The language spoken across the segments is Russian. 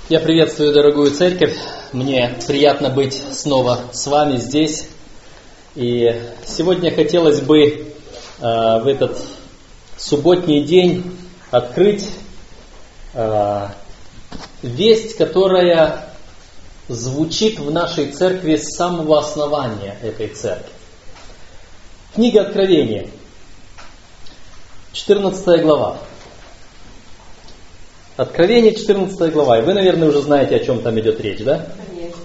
Я приветствую дорогую церковь. Мне приятно быть снова с вами здесь. И сегодня хотелось бы в этот субботний день открыть весть, которая звучит в нашей церкви с самого основания этой церкви. Книга Откровения, 14 глава. Откровение, 14 глава. И вы, наверное, уже знаете, о чем там идет речь, да? Конечно.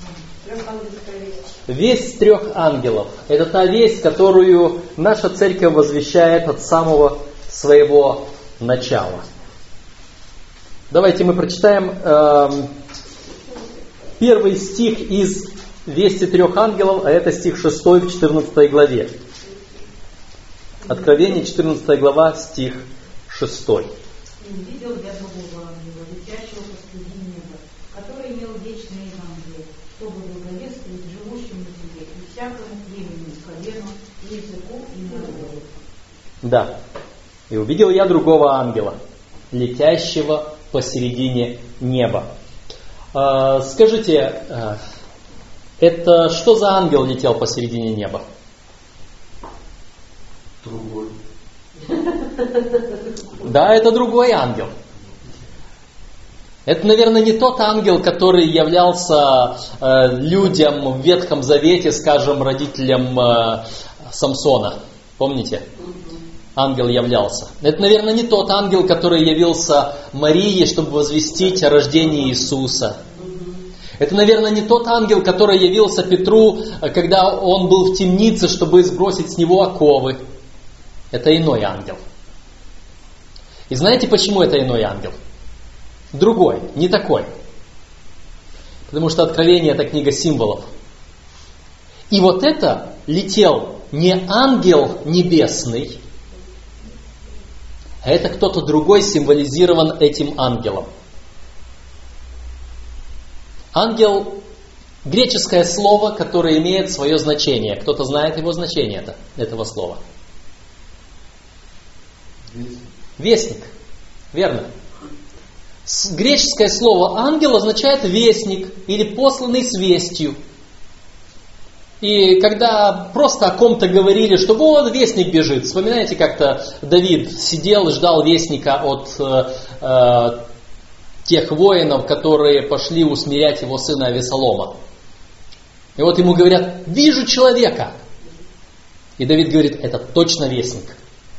Весть трех ангелов. Это та весть, которую наша церковь возвещает от самого своего начала. Давайте мы прочитаем первый стих из вести трех ангелов, а это стих 6 в 14 главе. Откровение, 14 глава, стих 6. Увидел я другого ангела, летящего посреди неба, который имел вечное Евангелие, чтобы благовествовать живущим на земле и всякому племени, колену, и языку, и народу. Да. И увидел я другого ангела, летящего посередине неба. Скажите, это что за ангел летел посередине неба? Другой. Да, это другой ангел. Это, наверное, не тот ангел, который являлся людям в Ветхом Завете, скажем, родителям Самсона. Помните? Ангел являлся. Это, наверное, не тот ангел, который явился Марии, чтобы возвестить о рождении Иисуса. Это, наверное, не тот ангел, который явился Петру, когда он был в темнице, чтобы сбросить с него оковы. Это иной ангел. И знаете, почему это иной ангел? Другой, не такой. Потому что Откровение – это книга символов. И вот это летел не ангел небесный, а это кто-то другой символизирован этим ангелом. Ангел – греческое слово, которое имеет свое значение. Кто-то знает его значение этого слова? Вестник. Верно. Греческое слово ангел означает вестник или посланный с вестью. И когда просто о ком-то говорили, что вот вестник бежит. Вспоминаете, как-то Давид сидел и ждал вестника от тех воинов, которые пошли усмирять его сына Авесолома. И вот ему говорят: вижу человека. И Давид говорит: это точно вестник.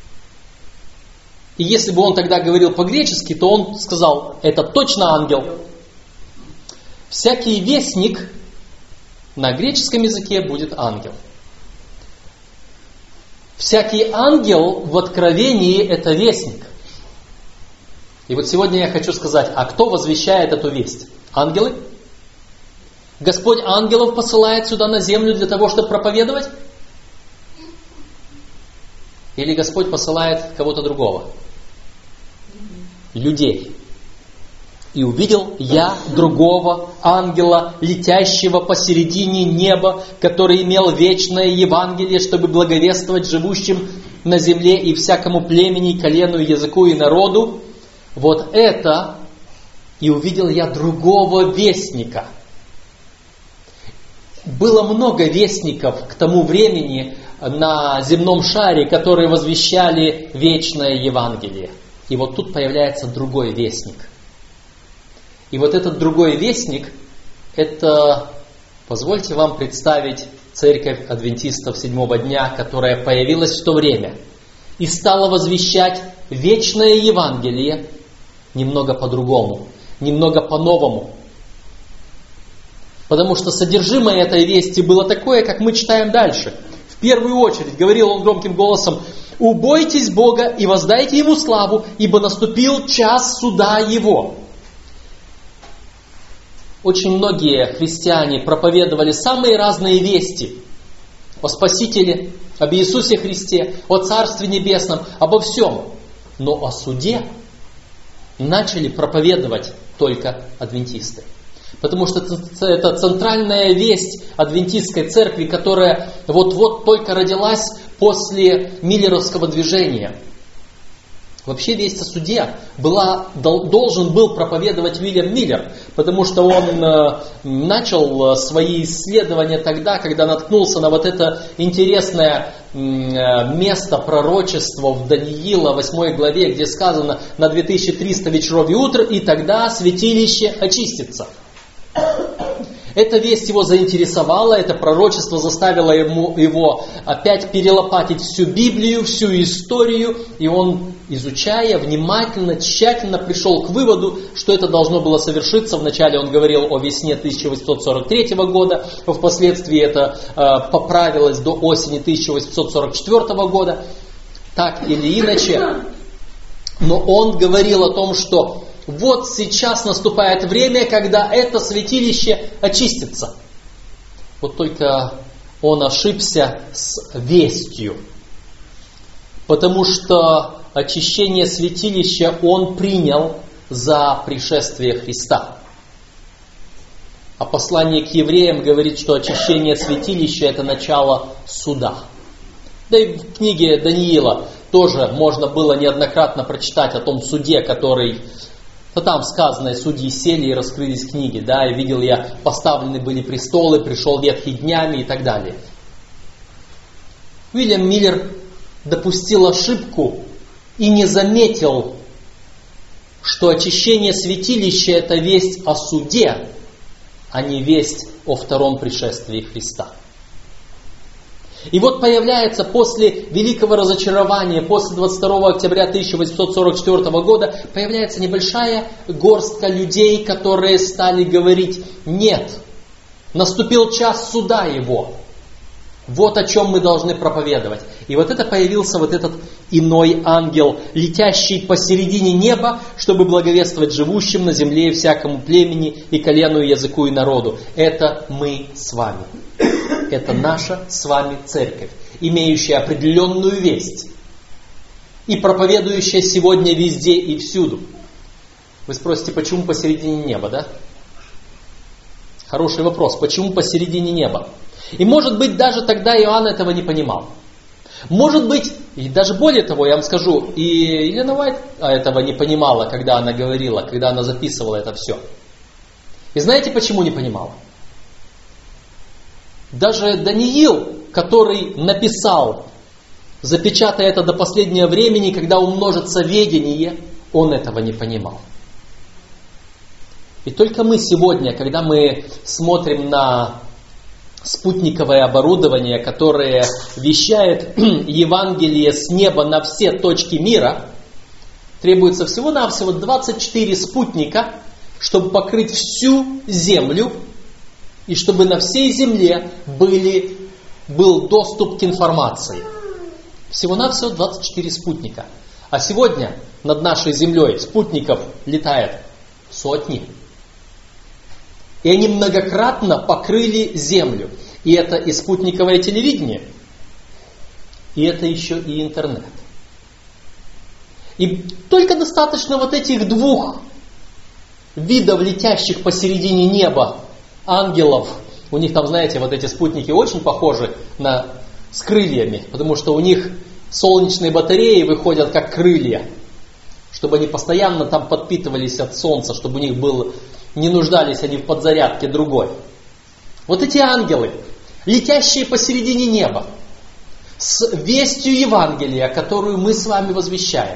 И если бы он тогда говорил по-гречески, то он сказал: это точно ангел. Всякий вестник на греческом языке будет ангел. Всякий ангел в Откровении – это вестник. И вот сегодня я хочу сказать, а кто возвещает эту весть? Ангелы? Господь ангелов посылает сюда на землю для того, чтобы проповедовать? Или Господь посылает кого-то другого? Людей. И увидел я другого ангела, летящего посередине неба, который имел вечное Евангелие, чтобы благовествовать живущим на земле и всякому племени, колену, языку и народу. Вот это и увидел я другого вестника. Было много вестников к тому времени на земном шаре, которые возвещали вечное Евангелие. И вот тут появляется другой вестник. И вот этот другой вестник, это, позвольте вам представить, церковь адвентистов седьмого дня, которая появилась в то время и стала возвещать вечное Евангелие немного по-другому, немного по-новому. Потому что содержимое этой вести было такое, как мы читаем дальше. В первую очередь, говорил он громким голосом: «Убойтесь Бога и воздайте Ему славу, ибо наступил час суда Его». Очень многие христиане проповедовали самые разные вести о Спасителе, об Иисусе Христе, о Царстве Небесном, обо всем. Но о суде начали проповедовать только адвентисты. Потому что это центральная весть адвентистской церкви, которая вот-вот только родилась после Миллеровского движения. Вообще весть о суде должен был проповедовать Уильям Миллер, потому что он начал свои исследования тогда, когда наткнулся на вот это интересное место пророчества в Даниила 8 главе, где сказано: на 2300 вечеров и утр, и тогда святилище очистится. Эта весть его заинтересовала, это пророчество заставило его опять перелопатить всю Библию, всю историю, и он, изучая внимательно, тщательно, пришел к выводу, что это должно было совершиться. Вначале он говорил о весне 1843 года, впоследствии это поправилось до осени 1844 года, так или иначе. Но он говорил о том, что вот сейчас наступает время, когда это святилище очистится. Вот только он ошибся с вестью. Потому что очищение святилища он принял за пришествие Христа. А послание к евреям говорит, что очищение святилища — это начало суда. Да и в книге Даниила тоже можно было неоднократно прочитать о том суде, который... То там сказано, и судьи сели и раскрылись книги, да, и видел я, поставлены были престолы, пришел ветхий днями и так далее. Уильям Миллер допустил ошибку и не заметил, что очищение святилища — это весть о суде, а не весть о втором пришествии Христа. И вот появляется после великого разочарования, после 22 октября 1844 года, появляется небольшая горстка людей, которые стали говорить: нет, наступил час суда его. Вот о чем мы должны проповедовать. И вот это появился вот этот иной ангел, летящий посередине неба, чтобы благовествовать живущим на земле и всякому племени и колену, и языку, и народу. Это мы с вами. Это наша с вами церковь, имеющая определенную весть и проповедующая сегодня везде и всюду. Вы спросите, почему посередине неба, да? Хороший вопрос. Почему посередине неба? И может быть, даже тогда Иоанн этого не понимал. Может быть, и даже более того, я вам скажу, и Елена Уайт этого не понимала, когда она говорила, когда она записывала это все. И знаете, почему не понимала? Даже Даниил, который написал, запечатая это до последнего времени, когда умножится ведение, он этого не понимал. И только мы сегодня, когда мы смотрим на спутниковое оборудование, которое вещает Евангелие с неба на все точки мира, требуется всего-навсего 24 спутника, чтобы покрыть всю Землю, и чтобы на всей Земле был доступ к информации. Всего-навсего 24 спутника. А сегодня над нашей Землей спутников летает сотни. И они многократно покрыли Землю. И это и спутниковое телевидение, и это еще и интернет. И только достаточно вот этих двух видов, летящих посередине неба, ангелов. У них там, знаете, вот эти спутники очень похожи с крыльями, потому что у них солнечные батареи выходят как крылья, чтобы они постоянно там подпитывались от солнца, чтобы у них не нуждались они в подзарядке другой. Вот эти ангелы, летящие посередине неба, с вестью Евангелия, которую мы с вами возвещаем.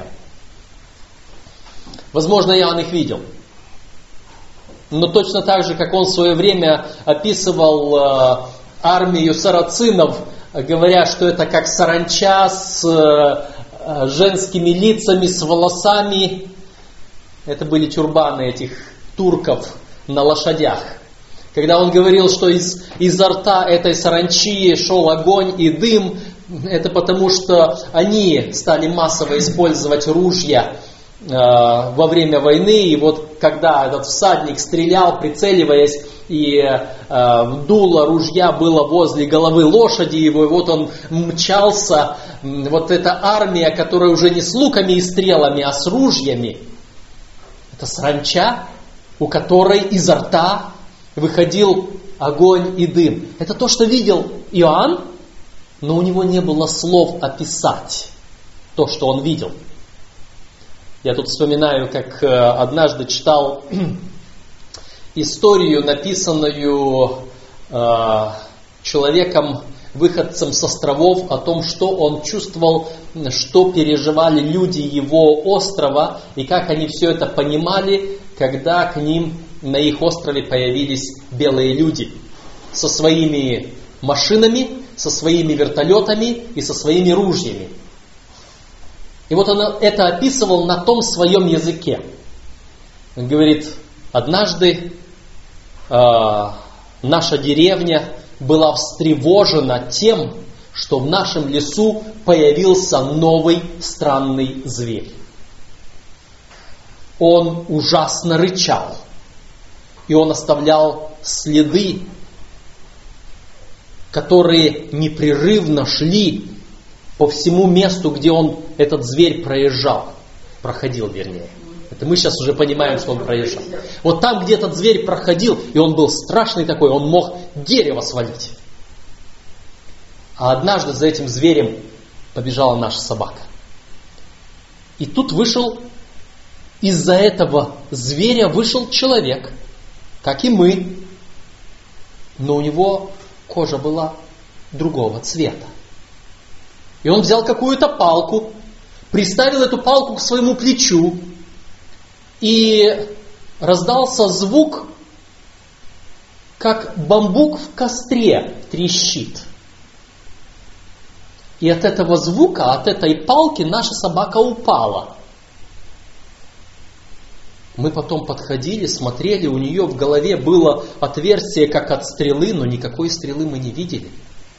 Возможно, Иоанн их видел. Но точно так же, как он в свое время описывал армию сарацинов, говоря, что это как саранча с женскими лицами, с волосами. Это были тюрбаны этих турков на лошадях. Когда он говорил, что изо рта этой саранчи шел огонь и дым, это потому, что они стали массово использовать ружья во время войны, и вот когда этот всадник стрелял, прицеливаясь, и дуло ружья было возле головы лошади его, и вот он мчался, вот эта армия, которая уже не с луками и стрелами, а с ружьями, это саранча, у которой изо рта выходил огонь и дым. Это то, что видел Иоанн, но у него не было слов описать то, что он видел. Я тут вспоминаю, как однажды читал историю, написанную человеком, выходцем с островов, о том, что он чувствовал, что переживали люди его острова, и как они все это понимали, когда к ним на их острове появились белые люди со своими машинами, со своими вертолетами и со своими ружьями. И вот он это описывал на том своем языке. Он говорит, однажды наша деревня была встревожена тем, что в нашем лесу появился новый странный зверь. Он ужасно рычал, и он оставлял следы, которые непрерывно шли по всему месту, где этот зверь проходил. Это мы сейчас уже понимаем, что он проезжал. Вот там, где этот зверь проходил, и он был страшный такой, он мог дерево свалить. А однажды за этим зверем побежала наша собака. И тут из-за этого зверя вышел человек, как и мы, но у него кожа была другого цвета. И он взял какую-то палку, приставил эту палку к своему плечу, и раздался звук, как бамбук в костре трещит. И от этого звука, от этой палки наша собака упала. Мы потом подходили, смотрели, у нее в голове было отверстие, как от стрелы, но никакой стрелы мы не видели.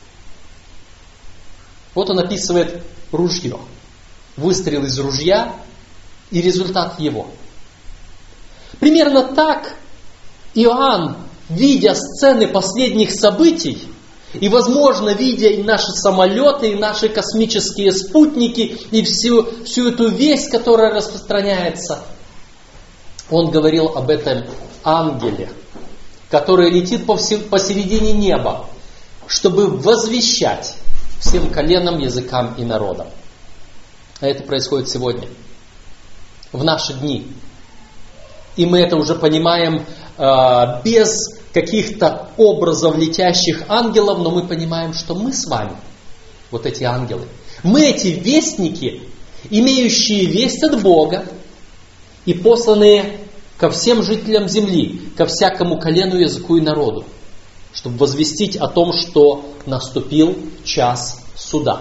Вот он описывает ружье. Выстрел из ружья и результат его. Примерно так Иоанн, видя сцены последних событий, и, возможно, видя и наши самолеты, и наши космические спутники, и всю эту весть, которая распространяется, он говорил об этом ангеле, который летит посередине неба, чтобы возвещать всем коленам, языкам и народам. А это происходит сегодня, в наши дни. И мы это уже понимаем без каких-то образов летящих ангелов, но мы понимаем, что мы с вами, вот эти ангелы, мы эти вестники, имеющие весть от Бога и посланные ко всем жителям земли, ко всякому колену, языку и народу, чтобы возвестить о том, что наступил час суда.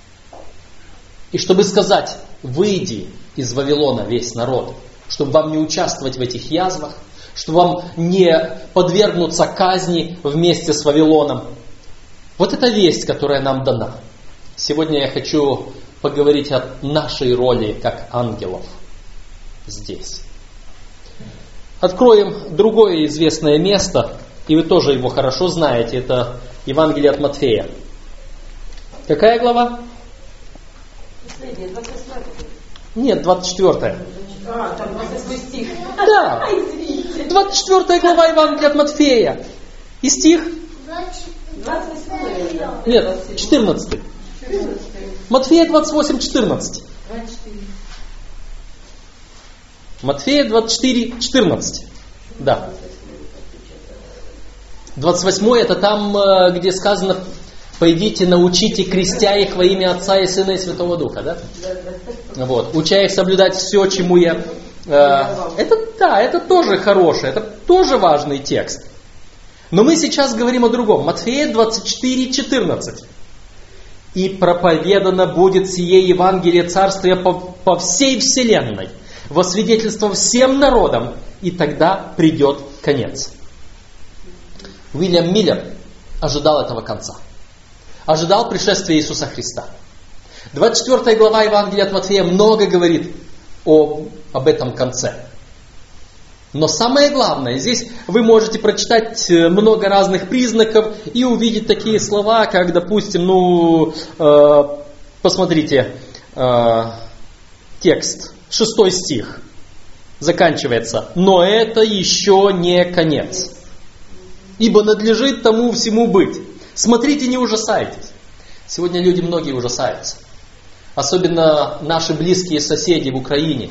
И чтобы сказать, выйди из Вавилона весь народ, чтобы вам не участвовать в этих язвах, чтобы вам не подвергнуться казни вместе с Вавилоном. Вот эта весть, которая нам дана. Сегодня я хочу поговорить о нашей роли как ангелов здесь. Откроем другое известное место, и вы тоже его хорошо знаете, это Евангелие от Матфея. Какая глава? Последняя, 28. Нет, 24. Там 28 стих. Да, 24 глава Евангелия от Матфея. И стих? 28. Нет, 14. Матфея 28, 14. 24. Матфея 24, 14. Да. 28 это там, где сказано, пойдите, научите, крестя их во имя Отца и Сына и Святого Духа, да? Вот. Уча их соблюдать все, чему я... это тоже хорошее, это тоже важный текст. Но мы сейчас говорим о другом. Матфея 24, 14. «И проповедано будет сие Евангелие Царствия по всей вселенной, во свидетельство всем народам, и тогда придет конец». Уильям Миллер ожидал этого конца. Ожидал пришествия Иисуса Христа. 24 глава Евангелия от Матфея много говорит об этом конце. Но самое главное, здесь вы можете прочитать много разных признаков и увидеть такие слова, как, допустим, посмотрите, текст, 6 стих, заканчивается. «Но это еще не конец, ибо надлежит тому всему быть. Смотрите, не ужасайтесь». Сегодня люди многие ужасаются. Особенно наши близкие соседи в Украине.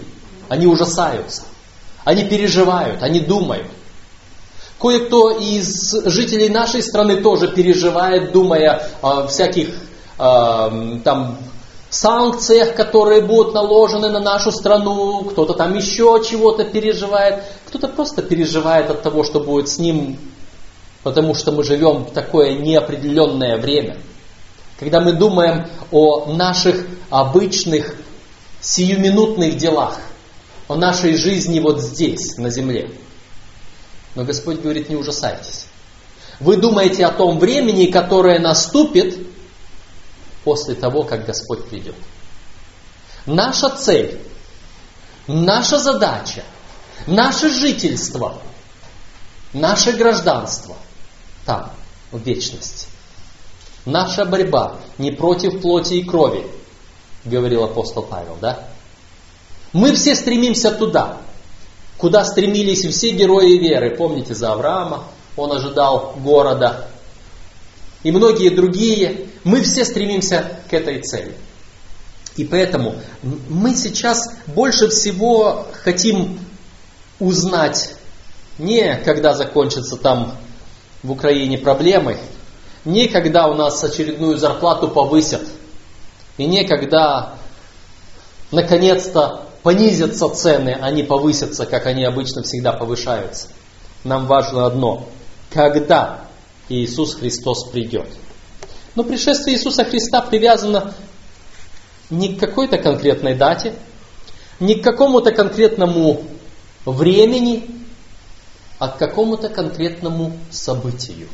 Они ужасаются. Они переживают, они думают. Кое-кто из жителей нашей страны тоже переживает, думая о всяких там санкциях, которые будут наложены на нашу страну. Кто-то там еще чего-то переживает. Кто-то просто переживает от того, что будет с ним, потому что мы живем в такое неопределенное время. Когда мы думаем о наших обычных сиюминутных делах, о нашей жизни вот здесь, на земле. Но Господь говорит, не ужасайтесь. Вы думаете о том времени, которое наступит после того, как Господь придет. Наша цель, наша задача, наше жительство, наше гражданство там, в вечности. Наша борьба не против плоти и крови, говорил апостол Павел, да? Мы все стремимся туда, куда стремились все герои веры. Помните за Авраама, он ожидал города. И многие другие. Мы все стремимся к этой цели. И поэтому мы сейчас больше всего хотим узнать, не когда закончатся там в Украине проблемы, не когда у нас очередную зарплату повысят, и не когда наконец-то понизятся цены, а не повысятся, как они обычно всегда повышаются. Нам важно одно. Когда Иисус Христос придет. Но пришествие Иисуса Христа привязано не к какой-то конкретной дате, не к какому-то конкретному времени, а к какому-то конкретному событию.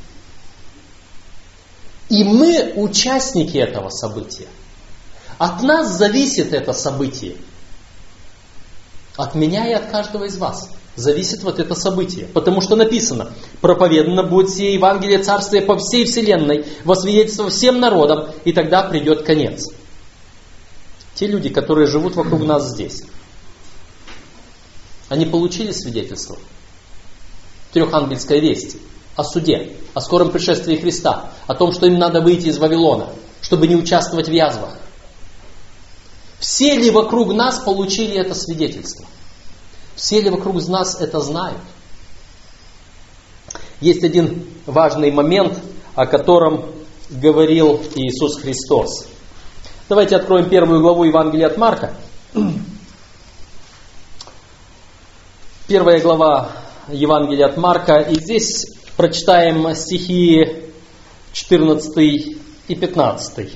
И мы участники этого события. От нас зависит это событие. От меня и от каждого из вас зависит вот это событие. Потому что написано, проповедано будет сие Евангелие Царствия по всей вселенной, во свидетельство всем народам, и тогда придет конец. Те люди, которые живут вокруг нас здесь, они получили свидетельство трехангельской вести о суде, о скором пришествии Христа, о том, что им надо выйти из Вавилона, чтобы не участвовать в язвах. Все ли вокруг нас получили это свидетельство? Все ли вокруг нас это знают? Есть один важный момент, о котором говорил Иисус Христос. Давайте откроем 1 главу Евангелия от Марка. 1 глава Евангелия от Марка. И здесь прочитаем стихи 14 и 15.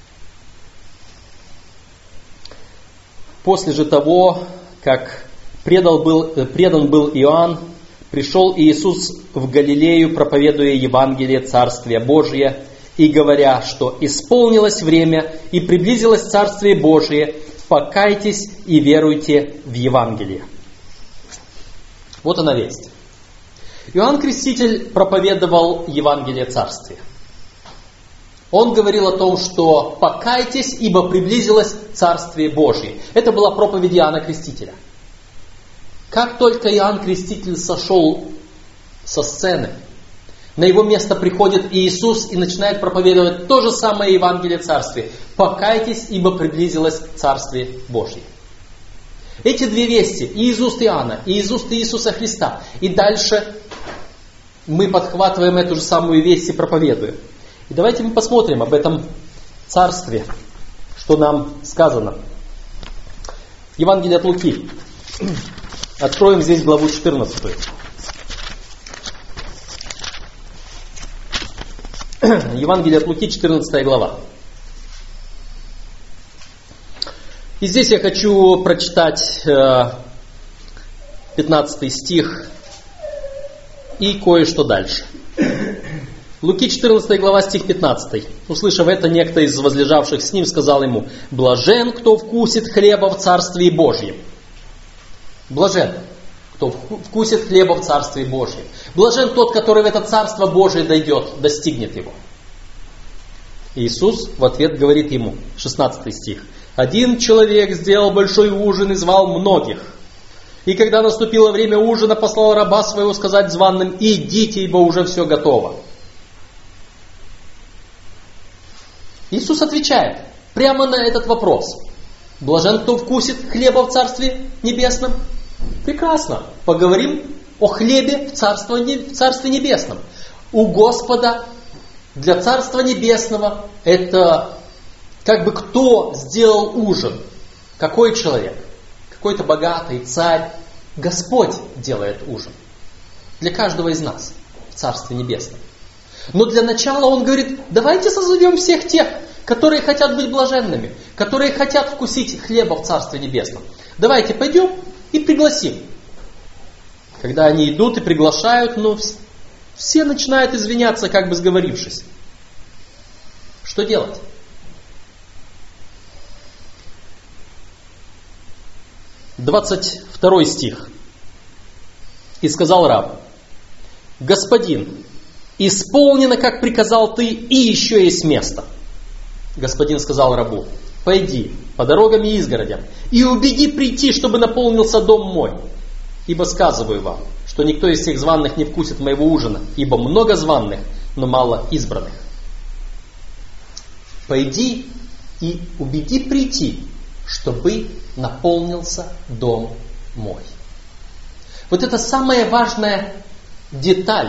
После же того, как предан был Иоанн, пришел Иисус в Галилею, проповедуя Евангелие Царствия Божия, и говоря, что исполнилось время и приблизилось Царствие Божие, покайтесь и веруйте в Евангелие. Вот она весть. Иоанн Креститель проповедовал Евангелие Царствия. Он говорил о том, что покайтесь, ибо приблизилось Царствие Божие. Это была проповедь Иоанна Крестителя. Как только Иоанн Креститель сошел со сцены, на его место приходит Иисус и начинает проповедовать то же самое Евангелие Царствия. Покайтесь, ибо приблизилось Царствие Божие. Эти две вести, и из уст Иоанна, и из уст Иисуса Христа. И дальше мы подхватываем эту же самую весть и проповедуем. И давайте мы посмотрим об этом царстве, что нам сказано. Евангелие от Луки. Откроем здесь главу 14. Евангелие от Луки, 14 глава. И здесь я хочу прочитать 15 стих и кое-что дальше. Луки 14 глава, стих 15. Услышав это, некто из возлежавших с ним сказал ему: «Блажен, кто вкусит хлеба в Царстве Божьем». Блажен, кто вкусит хлеба в Царстве Божьем. Блажен тот, который в это Царство Божие дойдет, достигнет его. Иисус в ответ говорит ему, 16 стих: «Один человек сделал большой ужин и звал многих. И когда наступило время ужина, послал раба своего сказать званым: идите, ибо уже все готово». Иисус отвечает прямо на этот вопрос. Блажен, кто вкусит хлеба в Царстве Небесном? Прекрасно. Поговорим о хлебе в Царстве Небесном. У Господа для Царства Небесного это как бы кто сделал ужин? Какой человек? Какой-то богатый царь. Господь делает ужин. Для каждого из нас в Царстве Небесном. Но для начала Он говорит, давайте созовем всех тех, которые хотят быть блаженными, которые хотят вкусить хлеба в Царстве Небесном. Давайте пойдем и пригласим. Когда они идут и приглашают, но все начинают извиняться, как бы сговорившись. Что делать? «22 стих. И сказал раб: Господин, исполнено, как приказал ты, и еще есть место. Господин сказал рабу: пойди по дорогам и изгородям, и убеди прийти, чтобы наполнился дом мой. Ибо сказываю вам, что никто из всех званых не вкусит моего ужина, ибо много званых, но мало избранных. Пойди и убеди прийти, чтобы наполнился дом мой». Вот это самая важная деталь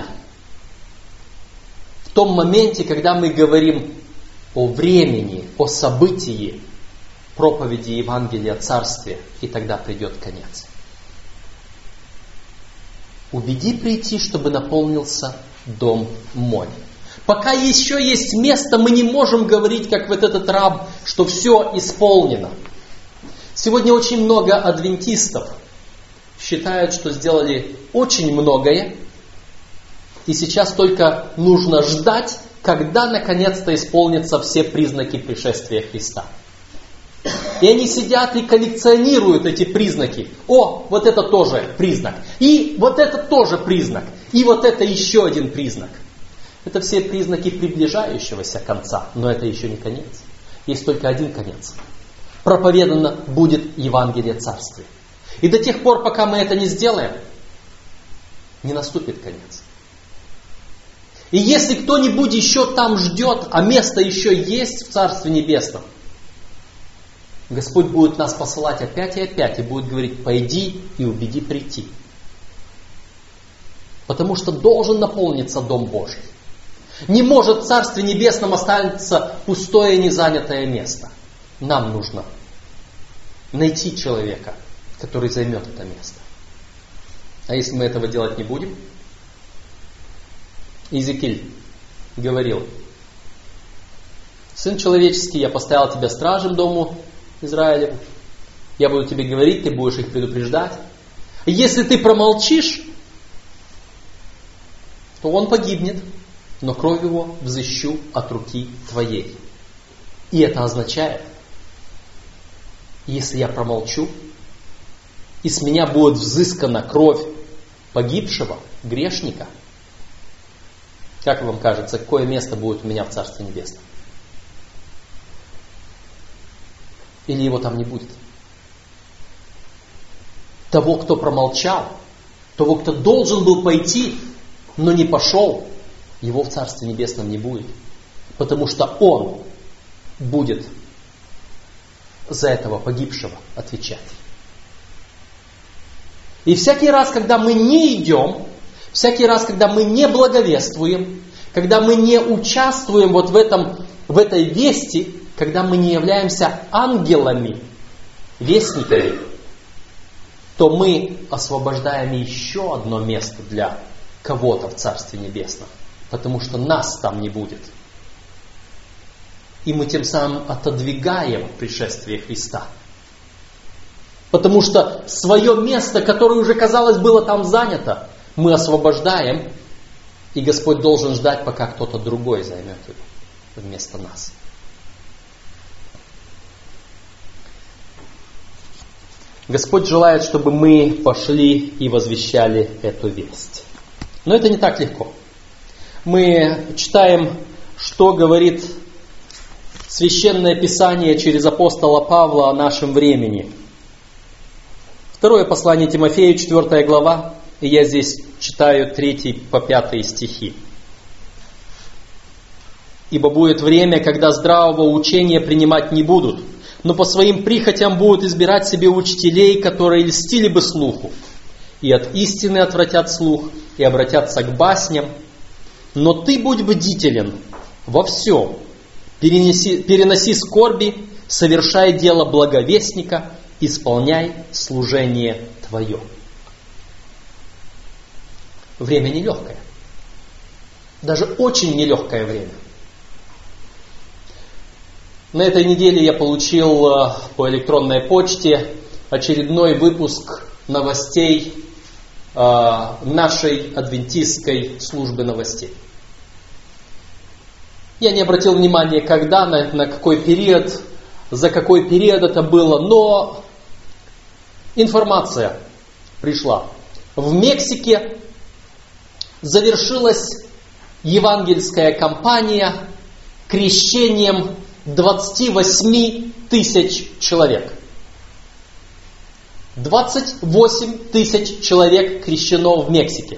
в том моменте, когда мы говорим о времени, о событии проповеди Евангелия о Царстве, и тогда придет конец. Убеди прийти, чтобы наполнился дом мой. Пока еще есть место, мы не можем говорить, как вот этот раб, что все исполнено. Сегодня очень много адвентистов считают, что сделали очень многое, и сейчас только нужно ждать, когда наконец-то исполнятся все признаки пришествия Христа. И они сидят и коллекционируют эти признаки. О, вот это тоже признак. И вот это тоже признак. И вот это еще один признак. Это все признаки приближающегося конца. Но это еще не конец. Есть только один конец. Проповедано будет Евангелие Царствия. И до тех пор, пока мы это не сделаем, не наступит конец. И если кто-нибудь еще там ждет, а место еще есть в Царстве Небесном, Господь будет нас посылать опять и опять и будет говорить: пойди и убеди прийти. Потому что должен наполниться Дом Божий. Не может в Царстве Небесном остаться пустое незанятое место. Нам нужно найти человека, который займет это место. А если мы этого делать не будем? Иезекииль говорил: Сын человеческий, я поставил тебя стражем дому Израилеву. Я буду тебе говорить, ты будешь их предупреждать. Если ты промолчишь, то он погибнет, но кровь его взыщу от руки твоей. И это означает, если я промолчу, и с меня будет взыскана кровь погибшего, грешника, как вам кажется, какое место будет у меня в Царстве Небесном? Или его там не будет? Того, кто промолчал, того, кто должен был пойти, но не пошел, его в Царстве Небесном не будет. Потому что он будет за этого погибшего отвечать. И всякий раз, когда мы не идем, всякий раз, когда мы не благовествуем, когда мы не участвуем вот в этой вести, когда мы не являемся ангелами, вестниками, то мы освобождаем еще одно место для кого-то в Царстве Небесном. Потому что нас там не будет. И мы тем самым отодвигаем пришествие Христа. Потому что свое место, которое уже, казалось, было там занято, мы освобождаем, и Господь должен ждать, пока кто-то другой займет его вместо нас. Господь желает, чтобы мы пошли и возвещали эту весть. Но это не так легко. Мы читаем, что говорит Священное Писание через апостола Павла о нашем времени. Второе послание Тимофею, 4 глава, и я здесь читаю 3 по 5 стихи. «Ибо будет время, когда здравого учения принимать не будут, но по своим прихотям будут избирать себе учителей, которые льстили бы слуху, и от истины отвратят слух, и обратятся к басням. Но ты будь бдителен во всем, переноси скорби, совершай дело благовестника, исполняй служение твое. Время нелегкое. Даже очень нелегкое время. На этой неделе я получил по электронной почте очередной выпуск новостей нашей адвентистской службы новостей. Я не обратил внимания, когда, на какой период, за какой период это было, но информация пришла. В Мексике завершилась евангельская кампания крещением 28 тысяч человек. 28 тысяч человек крещено в Мексике.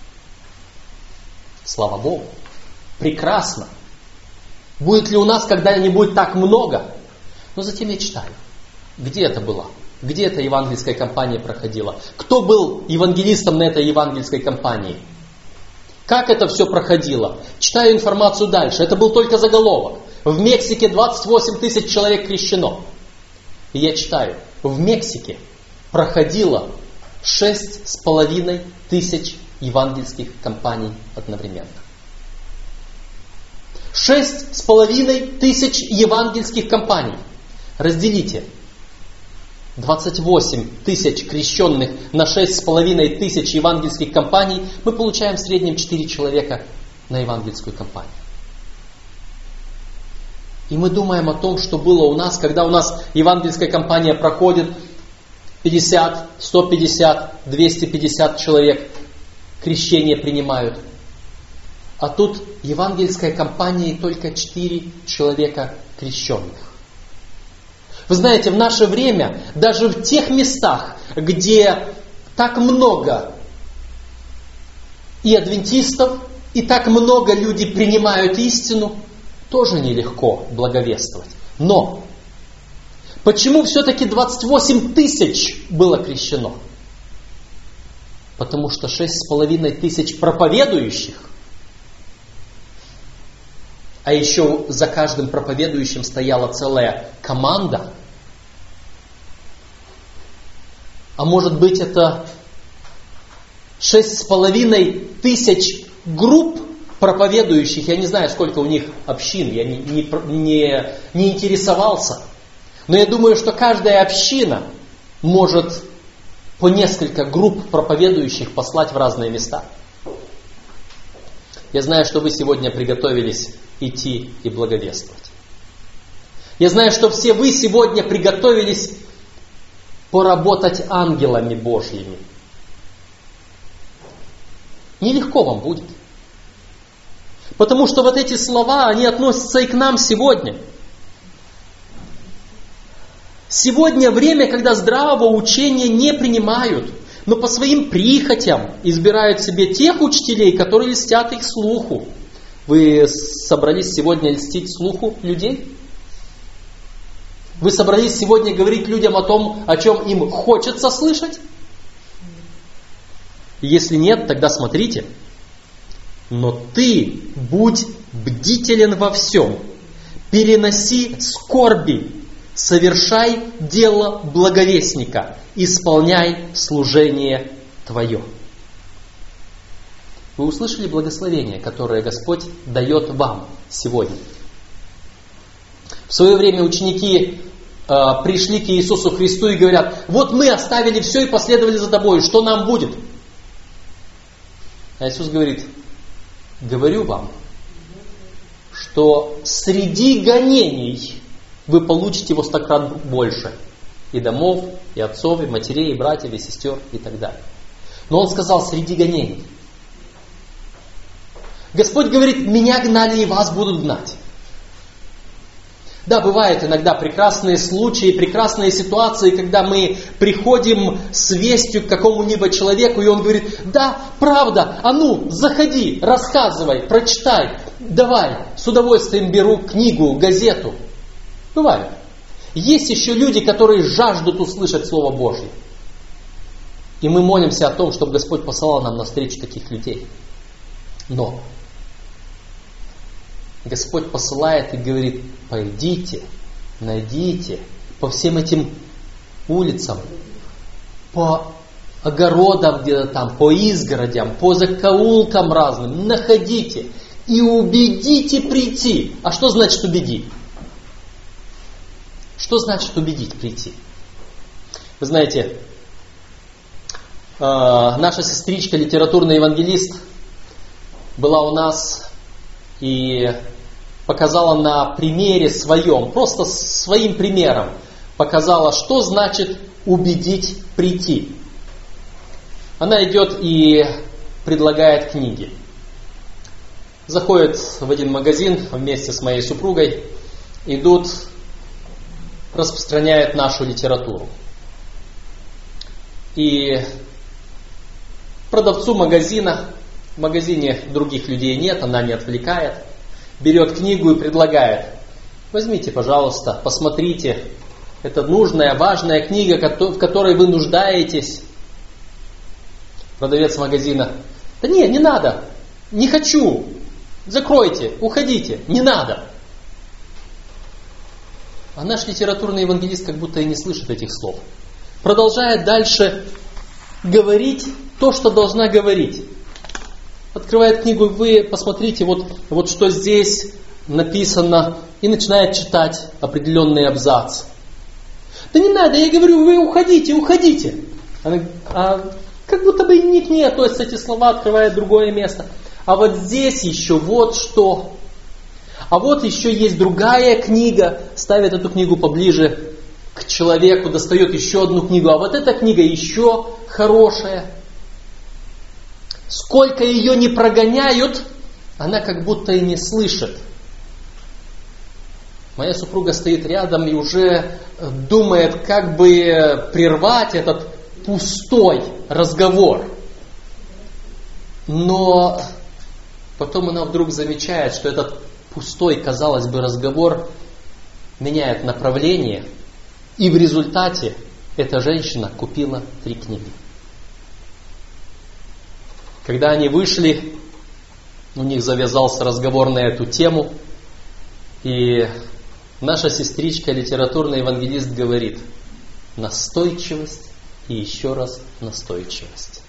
Слава Богу. Прекрасно. Будет ли у нас когда-нибудь так много? Но затем я читаю. Где это было? Где эта евангельская кампания проходила? Кто был евангелистом на этой евангельской кампании? Как это все проходило? Читаю информацию дальше. Это был только заголовок. В Мексике 28 тысяч человек крещено. И я читаю. В Мексике проходило 6,5 тысяч евангельских кампаний одновременно. 6,5 тысяч евангельских кампаний. Разделите 28 тысяч крещенных на 6,5 тысяч евангельских кампаний, мы получаем в среднем 4 человека на евангельскую кампанию. И мы думаем о том, что было у нас, когда у нас евангельская кампания проходит, 50, 150, 250 человек крещение принимают. А тут евангельская кампания и только 4 человека крещенных. Вы знаете, в наше время, даже в тех местах, где так много и адвентистов, и так много людей принимают истину, тоже нелегко благовествовать. Но почему все-таки 28 тысяч было крещено? Потому что 6,5 тысяч проповедующих, а еще за каждым проповедующим стояла целая команда. А может быть, это 6,5 тысяч групп проповедующих. Я не знаю, сколько у них общин, я не интересовался. Но я думаю, что каждая община может по несколько групп проповедующих послать в разные места. Я знаю, что вы сегодня приготовились идти и благовествовать. Я знаю, что все вы сегодня приготовились поработать ангелами Божьими. Нелегко вам будет. Потому что вот эти слова, они относятся и к нам сегодня. Сегодня время, когда здравого учения не принимают, но по своим прихотям избирают себе тех учителей, которые льстят их слуху. Вы собрались сегодня льстить слуху людей? Вы собрались сегодня говорить людям о том, о чем им хочется слышать? Если нет, тогда смотрите. Но ты будь бдителен во всем, переноси скорби, совершай дело благовестника, исполняй служение твое. Вы услышали благословение, которое Господь дает вам сегодня? В свое время ученики пришли к Иисусу Христу и говорят: вот мы оставили все и последовали за тобой, что нам будет? А Иисус говорит: говорю вам, что среди гонений вы получите во 100 крат больше. И домов, и отцов, и матерей, и братьев, и сестер, и так далее. Но Он сказал: среди гонений. Господь говорит: меня гнали, и вас будут гнать. Да, бывают иногда прекрасные случаи, прекрасные ситуации, когда мы приходим с вестью к какому-либо человеку, и он говорит: да, правда, а ну, заходи, рассказывай, прочитай, давай, с удовольствием беру книгу, газету. Бывает. Есть еще люди, которые жаждут услышать Слово Божье. И мы молимся о том, чтобы Господь послал нам навстречу таких людей. Но Господь посылает и говорит: пойдите, найдите по всем этим улицам, по огородам где-то там, по изгородям, по закоулкам разным, находите и убедите прийти. А что значит убеди? Что значит убедить прийти? Вы знаете, наша сестричка, литературный евангелист, была у нас и показала на примере своем, просто своим примером, показала, что значит убедить прийти. Она идет и предлагает книги. Заходит в один магазин вместе с моей супругой, идут, распространяют нашу литературу. И продавцу магазина, в магазине других людей нет, она не отвлекает, берет книгу и предлагает: возьмите, пожалуйста, посмотрите, это нужная, важная книга, в которой вы нуждаетесь. Продавец магазина: да нет, не надо, не хочу, закройте, уходите, не надо. А наш литературный евангелист как будто и не слышит этих слов. Продолжает дальше говорить то, что должна говорить. Открывает книгу, вы посмотрите, вот что здесь написано, и начинает читать определенные абзацы. Да не надо, я говорю, вы уходите, уходите. Она, как будто бы ни к ней относятся эти слова, открывает другое место. А вот здесь еще вот что. А вот еще есть другая книга, ставит эту книгу поближе к человеку, достает еще одну книгу, а вот эта книга еще хорошая. Сколько ее не прогоняют, она как будто и не слышит. Моя супруга стоит рядом и уже думает, как бы прервать этот пустой разговор. Но потом она вдруг замечает, что этот пустой, казалось бы, разговор меняет направление, и в результате эта женщина купила 3 книги. Когда они вышли, у них завязался разговор на эту тему, и наша сестричка, литературный евангелист, говорит: настойчивость и еще раз настойчивость.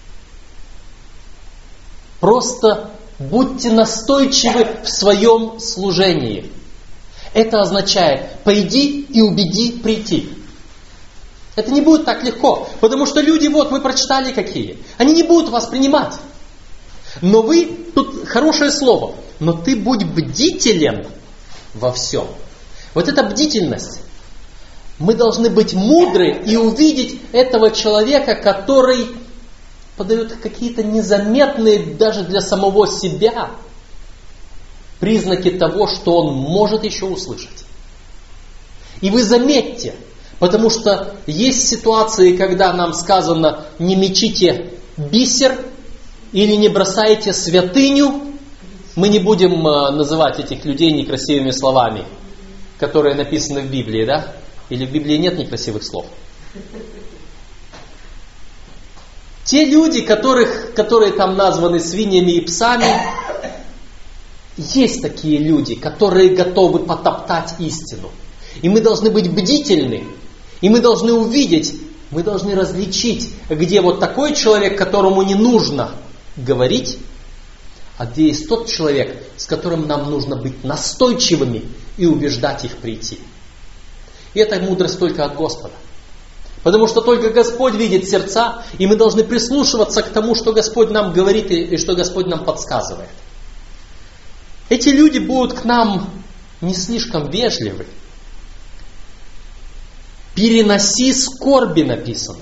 Просто будьте настойчивы в своем служении. Это означает: пойди и убеди прийти. Это не будет так легко, потому что люди, вот вы прочитали какие, они не будут вас принимать. Но вы, тут хорошее слово, но ты будь бдителен во всем. Вот эта бдительность. Мы должны быть мудры и увидеть этого человека, который подает какие-то незаметные даже для самого себя признаки того, что он может еще услышать. И вы заметьте, потому что есть ситуации, когда нам сказано: не мечите бисер или не бросайте святыню. Мы не будем называть этих людей некрасивыми словами, которые написаны в Библии, да? Или в Библии нет некрасивых слов? Те люди, которые там названы свиньями и псами, есть такие люди, которые готовы потоптать истину. И мы должны быть бдительны, и мы должны увидеть, мы должны различить, где вот такой человек, которому не нужно говорить, а где есть тот человек, с которым нам нужно быть настойчивыми и убеждать их прийти. И это мудрость только от Господа. Потому что только Господь видит сердца, и мы должны прислушиваться к тому, что Господь нам говорит и что Господь нам подсказывает. Эти люди будут к нам не слишком вежливы. Переноси скорби написано.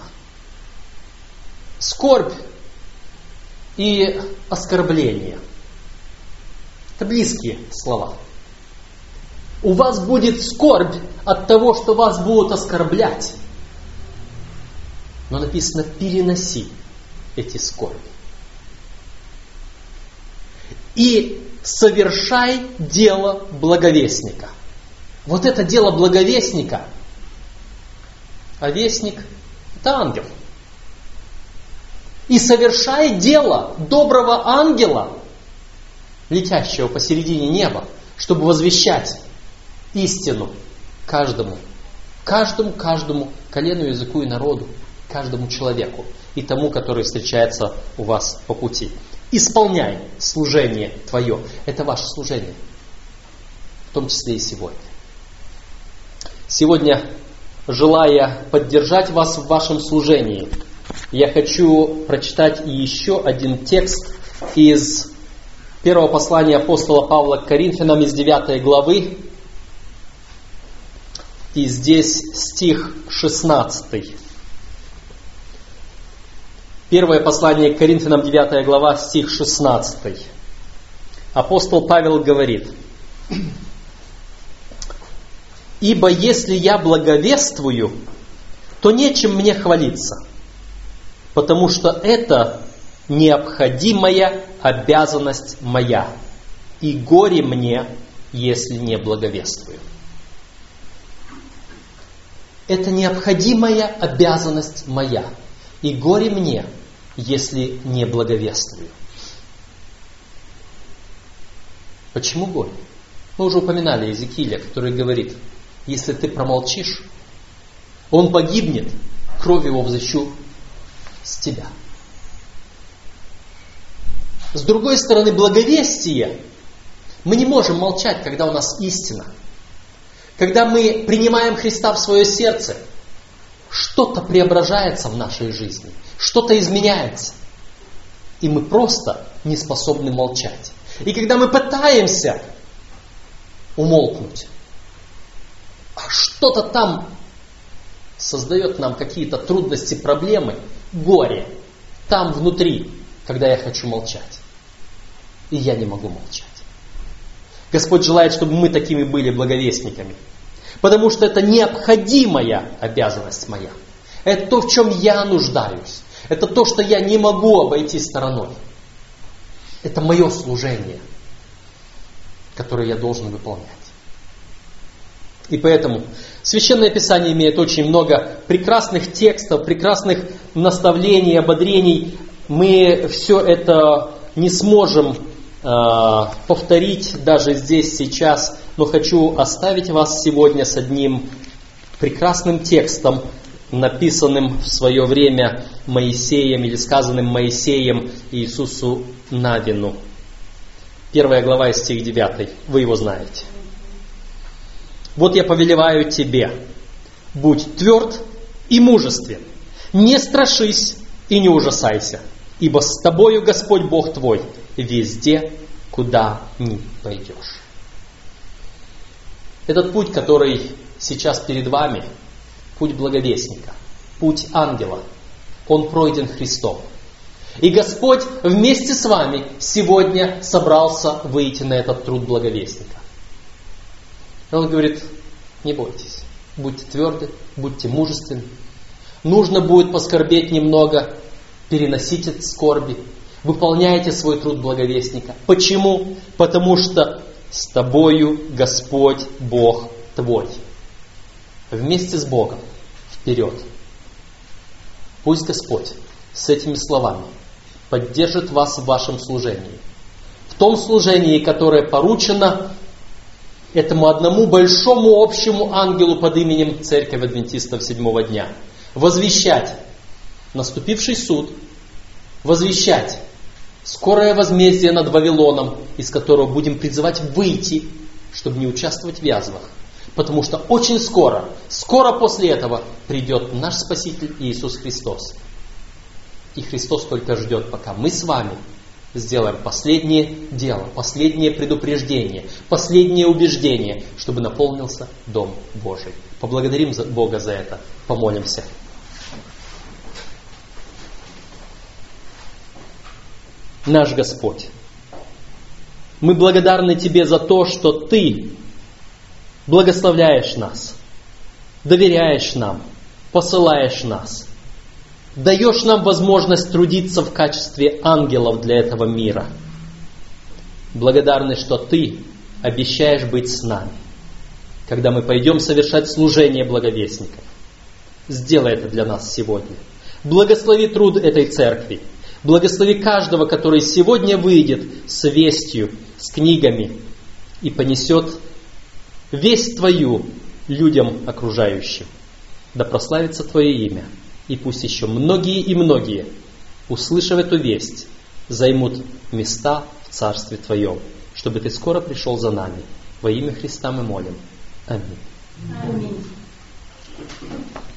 Скорбь и оскорбление. Это близкие слова. У вас будет скорбь от того, что вас будут оскорблять. Но написано: переноси эти скорби. И совершай дело благовестника. Вот это дело благовестника А вестник – это ангел. И совершает дело доброго ангела, летящего посередине неба, чтобы возвещать истину каждому колену, языку и народу, каждому человеку и тому, который встречается у вас по пути. Исполняй служение твое. Это ваше служение. В том числе и сегодня. Сегодня, желая поддержать вас в вашем служении, я хочу прочитать еще один текст из первого послания апостола Павла к Коринфянам из 9 главы. И здесь стих 16. Первое послание к Коринфянам, 9 глава, стих 16. Апостол Павел говорит: «Ибо если я благовествую, то нечем мне хвалиться, потому что это необходимая обязанность моя, и горе мне, если не благовествую». Это необходимая обязанность моя, и горе мне, если не благовествую. Почему горе? Мы уже упоминали Иезекииля, который говорит: если ты промолчишь, он погибнет, кровь его взыщу с тебя. С другой стороны, благовестие. Мы не можем молчать, когда у нас истина. Когда мы принимаем Христа в свое сердце, что-то преображается в нашей жизни, что-то изменяется. И мы просто не способны молчать. И когда мы пытаемся умолкнуть, а что-то там создает нам какие-то трудности, проблемы, горе, там внутри, когда я хочу молчать. И я не могу молчать. Господь желает, чтобы мы такими были благовестниками. Потому что это необходимая обязанность моя. Это то, в чем я нуждаюсь. Это то, что я не могу обойти стороной. Это мое служение, которое я должен выполнять. И поэтому Священное Писание имеет очень много прекрасных текстов, прекрасных наставлений, ободрений. Мы все это не сможем повторить даже здесь, сейчас, но хочу оставить вас сегодня с одним прекрасным текстом, написанным в свое время Моисеем или сказанным Моисеем Иисусу Навину. 1 глава, стих 9. Вы его знаете. «Вот я повелеваю тебе, будь тверд и мужествен, не страшись и не ужасайся, ибо с тобою Господь Бог твой везде, куда ни пойдешь». Этот путь, который сейчас перед вами, путь благовестника, путь ангела, он пройден Христом. И Господь вместе с вами сегодня собрался выйти на этот труд благовестника. И Он говорит: не бойтесь, будьте тверды, будьте мужественны. Нужно будет поскорбеть немного, переносите скорби, выполняйте свой труд благовестника. Почему? Потому что с тобою Господь Бог твой. Вместе с Богом вперед. Пусть Господь с этими словами поддержит вас в вашем служении. В том служении, которое поручено этому одному большому общему ангелу под именем Церковь Адвентистов Седьмого дня. Возвещать наступивший суд, возвещать скорое возмездие над Вавилоном, из которого будем призывать выйти, чтобы не участвовать в язвах. Потому что очень скоро после этого придет наш Спаситель Иисус Христос. И Христос только ждет, пока мы с вами сделаем последнее дело, последнее предупреждение, последнее убеждение, чтобы наполнился Дом Божий. Поблагодарим Бога за это, помолимся. Наш Господь, мы благодарны Тебе за то, что Ты благословляешь нас, доверяешь нам, посылаешь нас, даешь нам возможность трудиться в качестве ангелов для этого мира. Благодарны, что Ты обещаешь быть с нами, когда мы пойдем совершать служение благовестников. Сделай это для нас сегодня. Благослови труд этой церкви. Благослови каждого, который сегодня выйдет с вестью, с книгами и понесет весть Твою людям окружающим. Да прославится Твое имя. И пусть еще многие и многие, услышав эту весть, займут места в Царстве Твоем, чтобы Ты скоро пришел за нами. Во имя Христа мы молим. Аминь. Аминь.